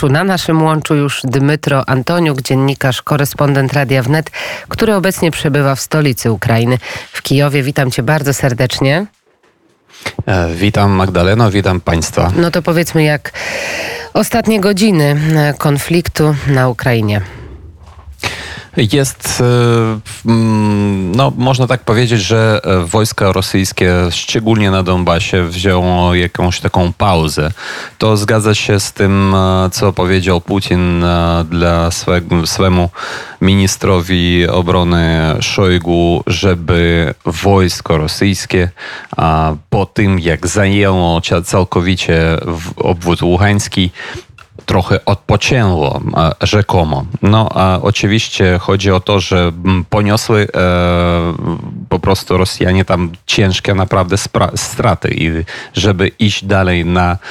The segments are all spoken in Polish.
Na naszym łączu już Dmytro Antoniuk, dziennikarz, korespondent Radia Wnet, który obecnie przebywa w stolicy Ukrainy, w Kijowie. Witam cię bardzo serdecznie. Witam Magdaleno, witam Państwa. No to powiedzmy, jak ostatnie godziny konfliktu na Ukrainie. Jest, można tak powiedzieć, że wojska rosyjskie, szczególnie na Donbasie, wzięło jakąś taką pauzę. To zgadza się z tym, co powiedział Putin dla swemu ministrowi obrony Szojgu, żeby wojsko rosyjskie po tym, jak zajęło całkowicie obwód ługański, trochę odpoczęło, rzekomo. A oczywiście chodzi o to, że poniosły po prostu Rosjanie tam ciężkie naprawdę straty i żeby iść dalej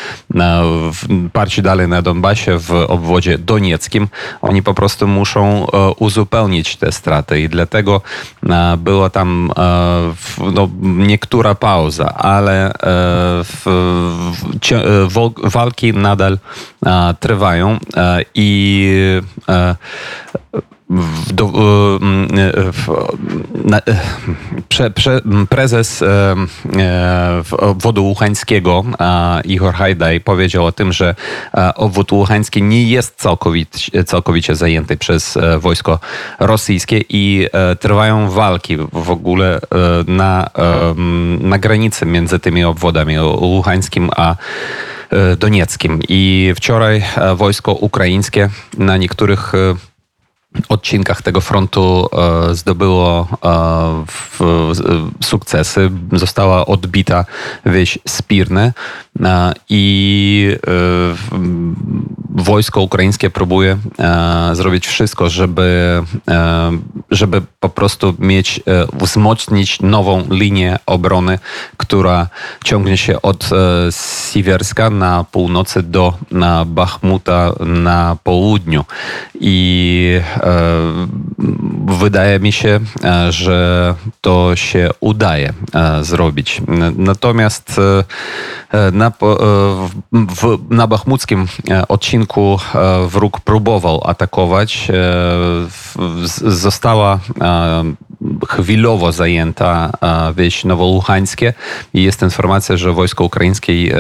parć dalej na Donbasie w obwodzie donieckim, oni po prostu muszą uzupełnić te straty i dlatego była tam niektóra pauza, ale walki nadal trwają i prezes obwodu ługańskiego Igor Hajdaj powiedział o tym, że obwód ługański nie jest całkowicie zajęty przez wojsko rosyjskie i trwają walki w ogóle na granicy między tymi obwodami ługańskim a donieckim. I wczoraj wojsko ukraińskie na niektórych odcinkach tego frontu zdobyło sukcesy. Została odbita wieś Spirne i wojsko ukraińskie próbuje zrobić wszystko, żeby po prostu wzmocnić nową linię obrony, która ciągnie się od Siewierska na północy do Bachmuta na południu. I wydaje mi się, że to się udaje zrobić. Natomiast na bachmuckim odcinku wróg próbował atakować. Została chwilowo zajęta wieś Nowoluchańskie i jest informacja, że wojsko ukraińskie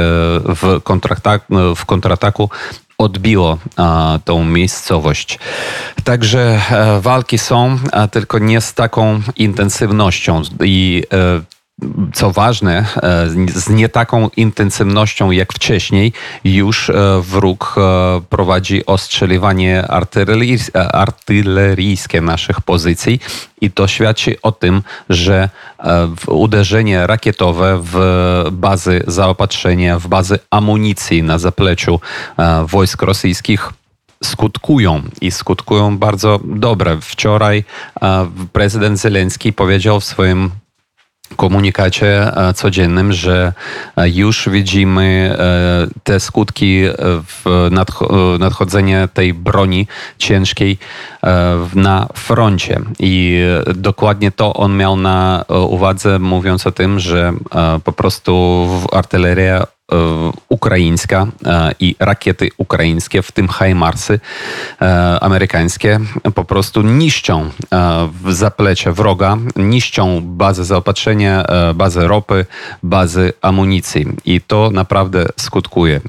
w kontrataku odbiło tą miejscowość. Także walki są, tylko nie z taką intensywnością i co ważne, z nie taką intensywnością jak wcześniej już wróg prowadzi ostrzeliwanie artyleryjskie naszych pozycji i to świadczy o tym, że uderzenie rakietowe w bazy zaopatrzenia, w bazy amunicji na zapleczu wojsk rosyjskich skutkują bardzo dobre. Wczoraj prezydent Zelenski powiedział w swoim komunikacie codziennym, że już widzimy te skutki nadchodzenia tej broni ciężkiej na froncie. I dokładnie to on miał na uwadze, mówiąc o tym, że po prostu artyleria ukraińska i rakiety ukraińskie, w tym HIMARSy amerykańskie, po prostu niszczą zaplecze wroga, niszczą bazę zaopatrzenia, bazę ropy, bazy amunicji. I to naprawdę skutkuje.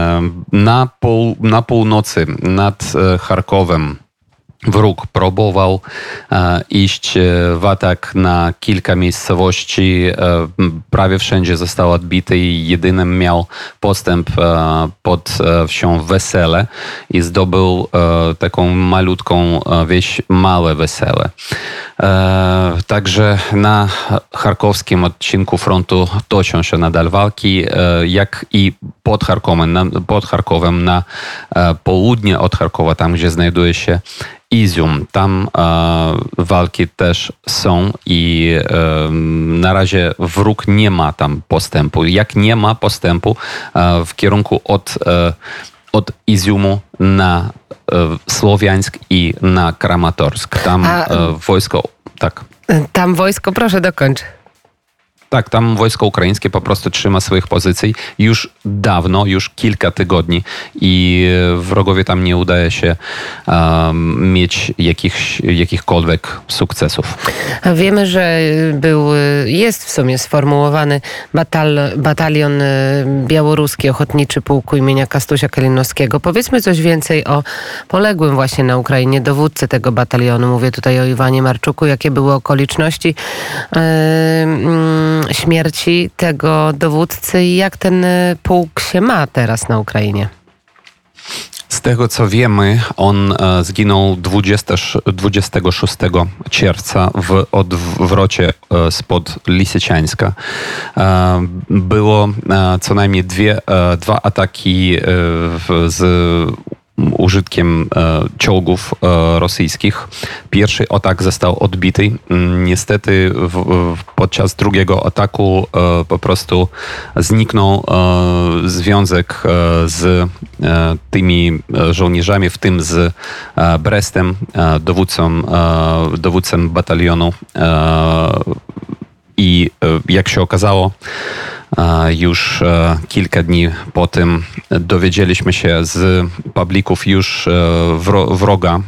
Na północy nad Charkowem wróg próbował iść w atak na kilka miejscowości. Prawie wszędzie został odbity i jedynym miał postęp pod wsią Wesele i zdobył taką malutką wieś Małe Wesele. Także na charkowskim odcinku frontu toczą się nadal walki, jak i pod Charkowem na południe od Charkowa, tam gdzie znajduje się Izium. Tam walki też są i na razie wróg nie ma tam postępu. Jak nie ma postępu w kierunku od Iziumu na Słowiańsk i na Kramatorsk. Tam wojsko... Tak. Tam wojsko, proszę dokończ. Tak, tam wojsko ukraińskie po prostu trzyma swoich pozycji już dawno, już kilka tygodni i wrogowie tam nie udaje się mieć jakichkolwiek sukcesów. Wiemy, że jest w sumie sformułowany batalion białoruski, Ochotniczy Pułku imienia Kastusia Kalinowskiego. Powiedzmy coś więcej o poległym właśnie na Ukrainie dowódcy tego batalionu. Mówię tutaj o Iwanie Marczuku. Jakie były okoliczności śmierci tego dowódcy i jak ten pułk się ma teraz na Ukrainie? Z tego co wiemy, on zginął 26 czerwca w odwrocie spod Lisiczańska. Było co najmniej dwa ataki z użytkiem czołgów rosyjskich. Pierwszy atak został odbity. Niestety podczas drugiego ataku po prostu zniknął związek z tymi żołnierzami, w tym z Brestem, dowódcą batalionu. I jak się okazało, już kilka dni po tym dowiedzieliśmy się z publików już wroga,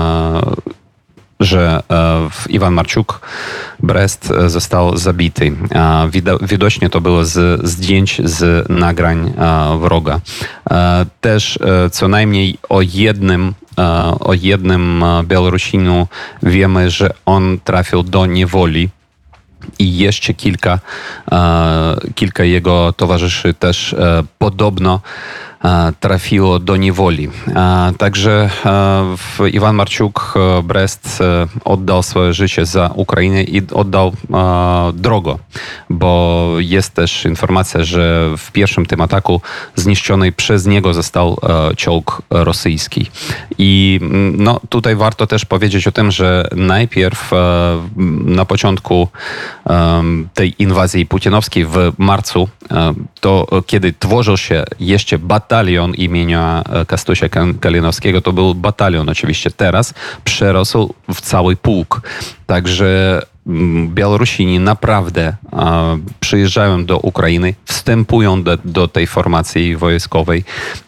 że Iwan Marczuk, Brest, został zabity. Widocznie to było z zdjęć, z nagrań wroga. Też co najmniej o jednym Białorusinu wiemy, że on trafił do niewoli. I jeszcze kilka jego towarzyszy też podobno trafiło do niewoli. Także Iwan Marczuk, Brest, oddał swoje życie za Ukrainę i oddał drogo, bo jest też informacja, że w pierwszym tym ataku zniszczony przez niego został czołg rosyjski. I no, tutaj warto też powiedzieć o tym, że najpierw na początku tej inwazji putinowskiej w marcu, to kiedy tworzył się jeszcze batalion imienia Kastusia Kalinowskiego, to był batalion oczywiście, teraz przerósł w cały pułk. Także Białorusini naprawdę przyjeżdżają do Ukrainy, wstępują do tej formacji wojskowej.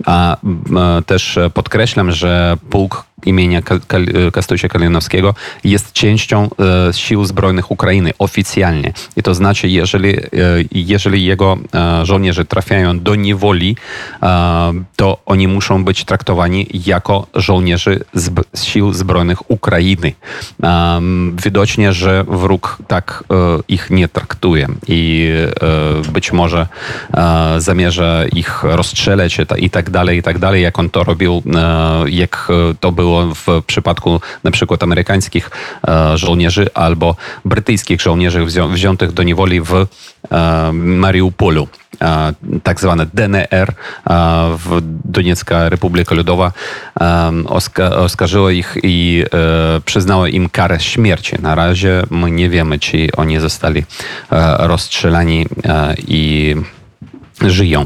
Też podkreślam, że pułk imienia Kastusia Kalinowskiego jest częścią Sił Zbrojnych Ukrainy oficjalnie. I to znaczy, jeżeli jego żołnierze trafiają do niewoli, to oni muszą być traktowani jako żołnierze Sił Zbrojnych Ukrainy. Widocznie, że wróg tak ich nie traktuje i być może zamierza ich rozstrzelać i tak dalej, jak on to robił, jak to było w przypadku na przykład amerykańskich żołnierzy albo brytyjskich żołnierzy wziętych do niewoli w Mariupolu. Tak zwane DNR, Doniecka Republika Ludowa, oskarżyła ich i przyznała im karę śmierci. Na razie my nie wiemy, czy oni zostali rozstrzelani i żyją.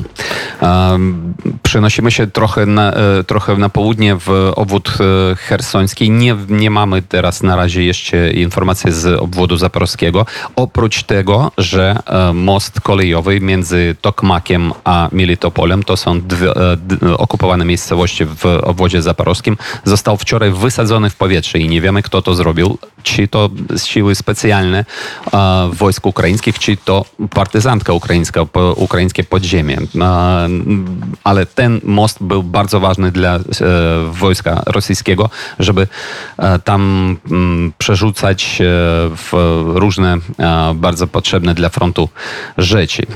Przenosimy się trochę na południe w obwód chersoński. Nie mamy teraz na razie jeszcze informacji z obwodu zaporowskiego. Oprócz tego, że most kolejowy między Tokmakiem a Melitopolem, to są dwie okupowane miejscowości w obwodzie zaporowskim, został wczoraj wysadzony w powietrze i nie wiemy, kto to zrobił. Czy to siły specjalne wojsk ukraińskich, czy to partyzantka ukraińskie podziemie. Ale ten most był bardzo ważny dla wojska rosyjskiego, żeby tam przerzucać różne bardzo potrzebne dla frontu rzeczy.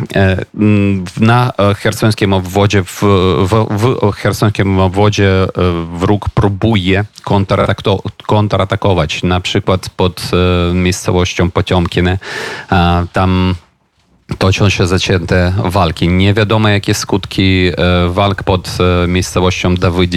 Na chersońskim obwodzie, w chersońskim obwodzie wróg próbuje kontratakować, na przykład pod miejscowością Potiomkine. Tam toczą się zacięte walki. Nie wiadomo, jakie skutki walk pod miejscowością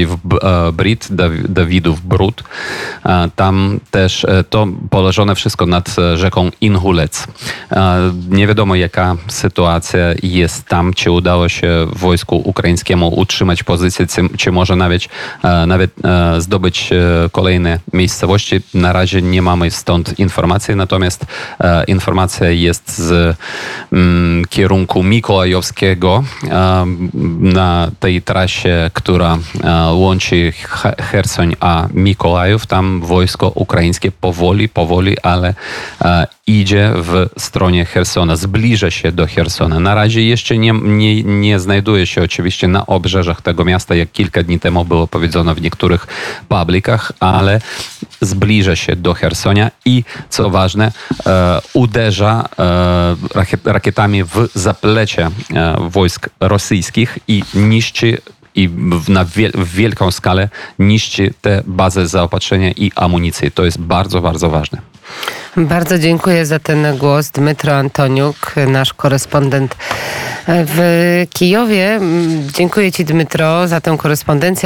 Dawidów Brud. Tam też to położone wszystko nad rzeką Inhulec. Nie wiadomo, jaka sytuacja jest tam, czy udało się wojsku ukraińskiemu utrzymać pozycję, czy może nawet zdobyć kolejne miejscowości. Na razie nie mamy stąd informacji, natomiast informacja jest z kierunku mikołajowskiego na tej trasie, która łączy Chersoń a Mikołajów. Tam wojsko ukraińskie powoli, ale idzie w stronie Chersona, zbliża się do Chersona. Na razie jeszcze nie znajduje się oczywiście na obrzeżach tego miasta, jak kilka dni temu było powiedziano w niektórych publikach, ale zbliża się do Chersonia i, co ważne, uderza rakietami w zaplecze wojsk rosyjskich i niszczy w wielką skalę niszczy te bazy zaopatrzenia i amunicji. To jest bardzo, bardzo ważne. Bardzo dziękuję za ten głos. Dmytro Antoniuk, nasz korespondent w Kijowie. Dziękuję Ci, Dmytro, za tę korespondencję.